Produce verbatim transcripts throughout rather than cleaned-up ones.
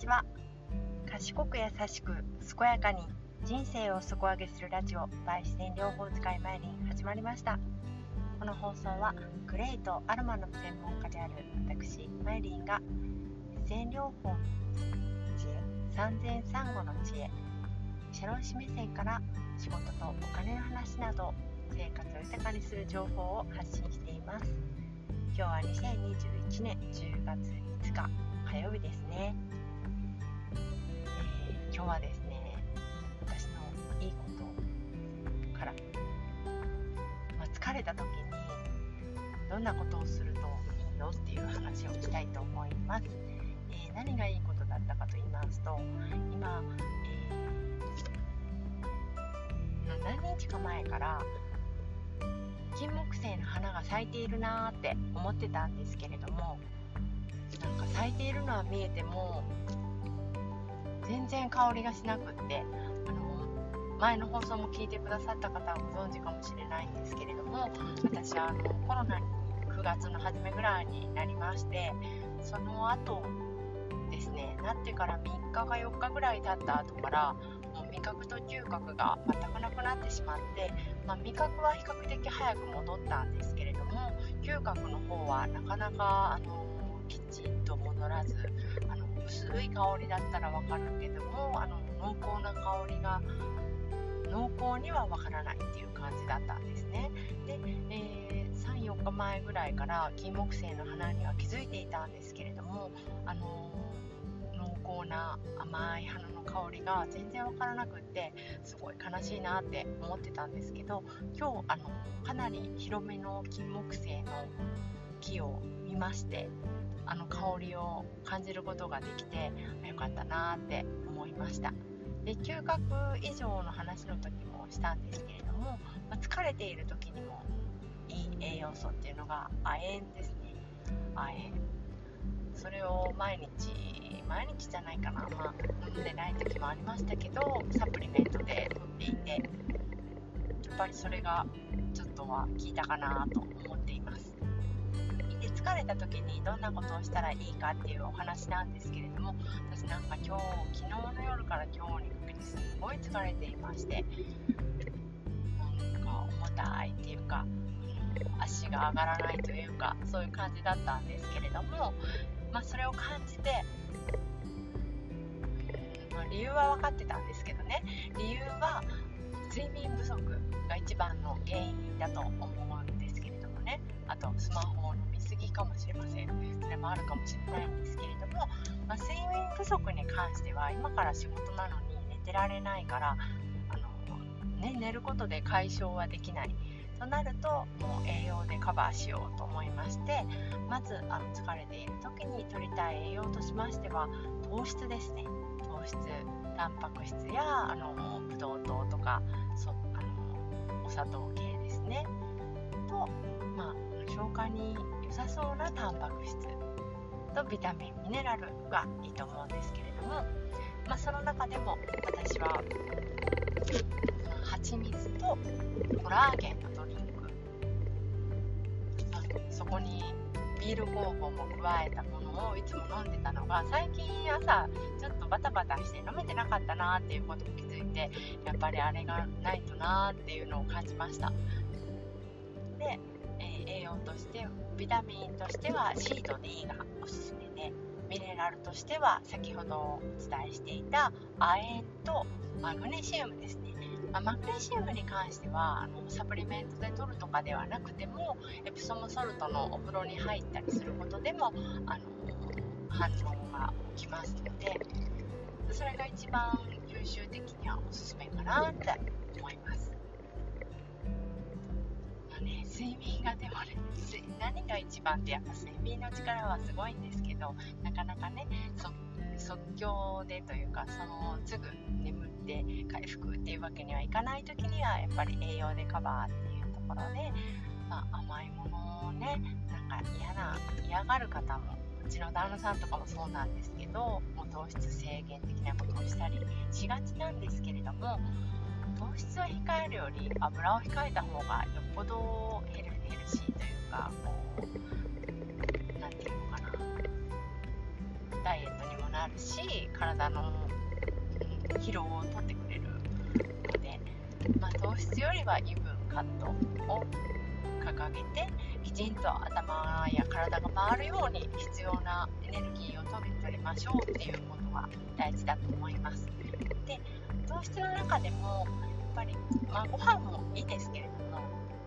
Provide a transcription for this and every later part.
ちは。賢く優しく健やかに人生を底上げするラジオ by 自然療法使いマイリン始まりました。この放送はクレイとアロマの専門家である私マイリンが自然療法の知恵、産前産後の知恵、社労士目線から仕事とお金の話など生活を豊かにする情報を発信しています。今日はにせんにじゅういちねんじゅうがついつか火曜日ですね。えー、今日はですね、私のいいことから、まあ、疲れた時にどんなことをするといいのっていう話をしたいと思います。えー、何がいいことだったかと言いますと、今、えー、何日か前から金木犀の花が咲いているなーって思ってたんですけれども、なんか咲いているのは見えても全然香りがしなくって、あの前の放送も聞いてくださった方はご存知かもしれないんですけれども、私はあのコロナにくがつの初めぐらいになりまして、その後ですね、なってからみっかかよっかぐらい経った後からもう味覚と嗅覚が全くなくなってしまって、まあ、味覚は比較的早く戻ったんですけれども、嗅覚の方はなかなかあのきちんと戻らず、あの薄い香りだったらわかるけども、あの濃厚な香りが濃厚にはわからないっていう感じだったんですね。で、えー、さん、よっかまえぐらいから金木犀の花には気づいていたんですけれども、あの濃厚な甘い花の香りが全然わからなくって、すごい悲しいなって思ってたんですけど、今日あのかなり広めの金木犀の木を見まして、あの香りを感じることができてよかったなって思いました。で、嗅覚以上の話の時もしたんですけれども、まあ、疲れている時にもいい栄養素っていうのが亜鉛ですね。亜鉛、それを毎日毎日じゃないかな、まあ、飲んでない時もありましたけど、サプリメントで取っていて、やっぱりそれがちょっとは効いたかなと思っています。で、疲れた時にどんなことをしたらいいかっていうお話なんですけれども、私なんか今日昨日の夜から今日にかけてすごい疲れていまして、なんか重たいっていうか、足が上がらないというか、そういう感じだったんですけれども、まあ、それを感じて、まあ、理由は分かってたんですけどね、理由は睡眠不足が一番の原因だと思うんですけれどもね、あとスマホを飲みすぎかもしれません。それもあるかもしれないんですけれども、まあ、睡眠不足に関しては今から仕事なのに寝てられないから、あの、ね、寝ることで解消はできないとなると、もう栄養でカバーしようと思いまして、まずあの疲れている時に摂りたい栄養としましては糖質ですね。糖質、タンパク質やあのブドウ糖とか、そあのお砂糖系ですねと、まあ、消化に良さそうなタンパク質とビタミン、ミネラルがいいと思うんですけれども、まあ、その中でも私は蜂蜜とコラーゲンのドリンク、そこにビール酵母も加えたものをいつも飲んでたのが、最近朝ちょっとバタバタして飲めてなかったなっていうことに気づいて、やっぱりあれがないとなっていうのを感じました。で、えー、栄養としてビタミンとしては C と D がおすすめで、ミネラルとしては先ほどお伝えしていた亜鉛とマグネシウムですね。まあ、マグネシウムに関してはあのサプリメントで取るとかではなくても、エプソムソルトのお風呂に入ったりすることでもあの反応が起きますので、それが一番吸収的にはおすすめかなって思います。まあね、睡眠がでもね、何が一番ってやっぱ睡眠の力はすごいんですけど、なかなかね、そ即興でというか、そのすぐ眠って回復っていうわけにはいかない時にはやっぱり栄養でカバーっていうところで、まあ、甘いものをね、なんか嫌な嫌がる方も、うちの旦那さんとかもそうなんですけど、もう糖質制限的なことをしたりしがちなんですけれども、糖質を控えるより油を控えた方がよっぽどヘル、ヘルシーというか、こうなんていうのかな、ダイエットにもなるし、体体の、うん、疲労を取ってくれるので、まあ、糖質よりは油分カットを掲げて、きちんと頭や体が回るように必要なエネルギーを取り取りましょうっていうことが大事だと思います。で、糖質の中でもやっぱり、まあ、ご飯もいいですけれども、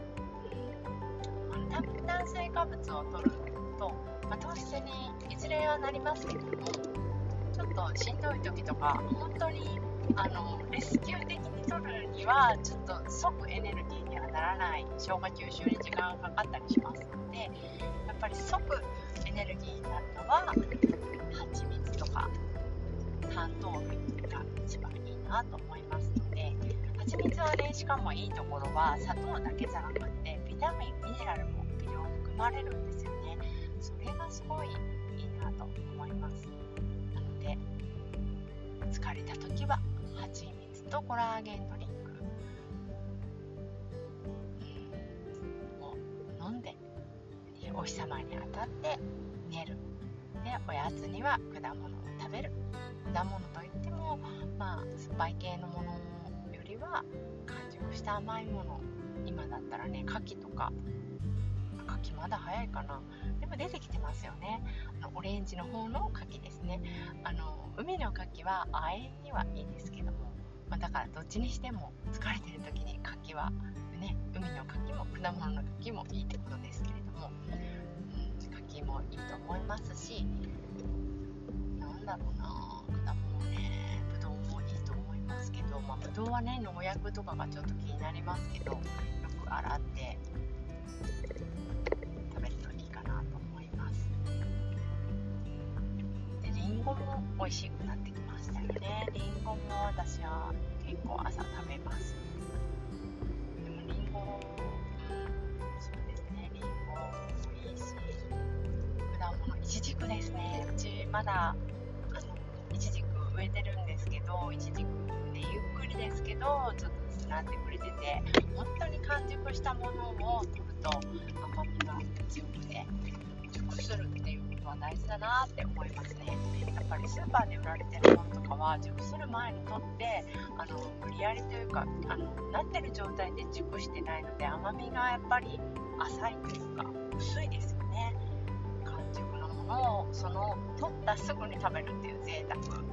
炭水化物を取ると、まあ、糖質にいずれはなりますけれども、ちょっとしんどい時とか本当にあのレスキュー的に取るにはちょっと即エネルギーにはならない、消化吸収に時間がかかったりしますので、やっぱり即エネルギーになるのは蜂蜜とか炭糖類が一番いいなと思いますので、蜂蜜はね、しかもいいところは砂糖だけじゃなくてビタミン、ミネラルも微量含まれるんですよね。それがすごいいいなと思います。なので疲れた時は蜂蜜とコラーゲンドリンク、うん、を飲んで、お日様に当たって寝る。で、おやつには果物を食べる。果物といっても、まあ、酸っぱい系のものよりは完熟した甘いもの、今だったらね、牡蠣とか、牡蠣まだ早いかな、でも出てきてますよね。あのオレンジの方の牡蠣ですね。あの海の牡蠣は亜鉛にはいいんですけども、まあ、だからどっちにしても疲れてる時に牡蠣はね、海の牡蠣も果物の牡蠣もいいってことですけれども、うん、牡蠣もいいと思いますし、なんだろうな、果物ね、ぶどうもいいと思いますけど、まあ、ぶどうはね、農薬とかがちょっと気になりますけど、よく洗って食べるといいかなと思います。で、リンゴも美味しくなってきましたよね。リンゴも私は結構朝食べます。でもリンゴ、うん、そうですね、リンゴもいいし、果物、イチジクですね。うちまだあのイチジク植えてるんですけど、イチジクね、ゆっくりですけどちょっとずつなってくれてて、本当に完熟したものを取ると甘みが強くて熟するっていうことは大事だなって思いますね。やっぱりスーパーで売られてるものとかは熟する前に取って、あの無理やりというか、あのなってる状態で熟してないので、甘みがやっぱり浅いというか薄いですよね。完熟のものをその取ったすぐに食べるっていう贅沢、うん、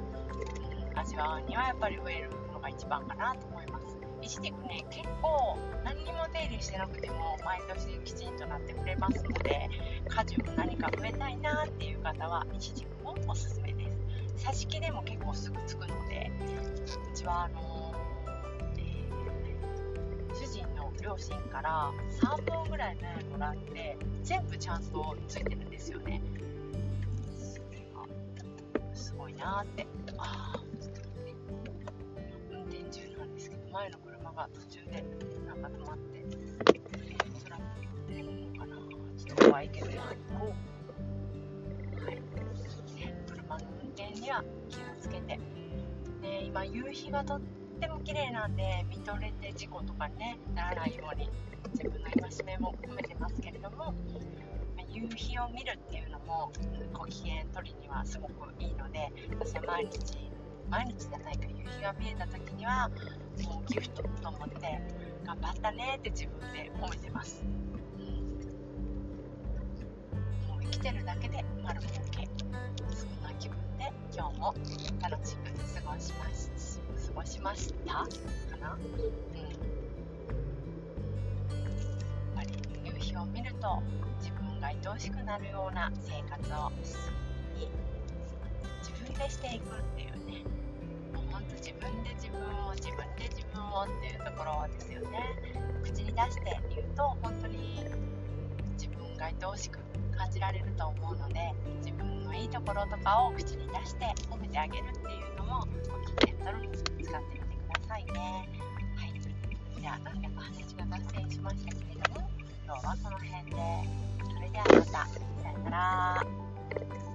味わうにはやっぱり植えるのが一番かなと思います。イチジクね、結構何にも手入れしてなくても毎年きちんとなってくれますので、果樹何か植えたいなっていう方はイチジクもおすすめです。挿し木でも結構すぐつくので、うちはあのーえー、主人の両親からさんぼんぐらい苗もらって全部ちゃんとついてるんですよね。それがすごいなって。あー運転中なんですけど、前の車が途中でなんか止まって空に出るのかな、ちょっと怖いけど、まあ行こう。はい、ね、車の運転には気をつけて、ね、今夕日がとっても綺麗なんで見とれて事故とかに、ね、ならないように自分の戒めも込めてますけれども、夕日を見るっていうのもご機嫌取りにはすごくいいので、私は毎日毎日じゃないか、夕日が見えた時にはもうギフトと思って頑張ったねって自分で褒めてます。もう生きてるだけで丸儲け、そんな気分で今日も楽しく過ごしまし過ごしましたかな、うん、やっぱり夕日を見ると自分が愛おしくなるような生活をに自分でしていくっていうね、もうほんと自分で自分を自分で自分をっていうところですよね。口に出して言うと本当に自分が愛おしく感じられると思うので、自分のいいところとかを口に出して褒めてあげるっていうのもご機嫌取るに使ってみてくださいね。はい、じゃあなんか話が脱線しましたけれども、今日はこの辺で、それではまた、さよなら。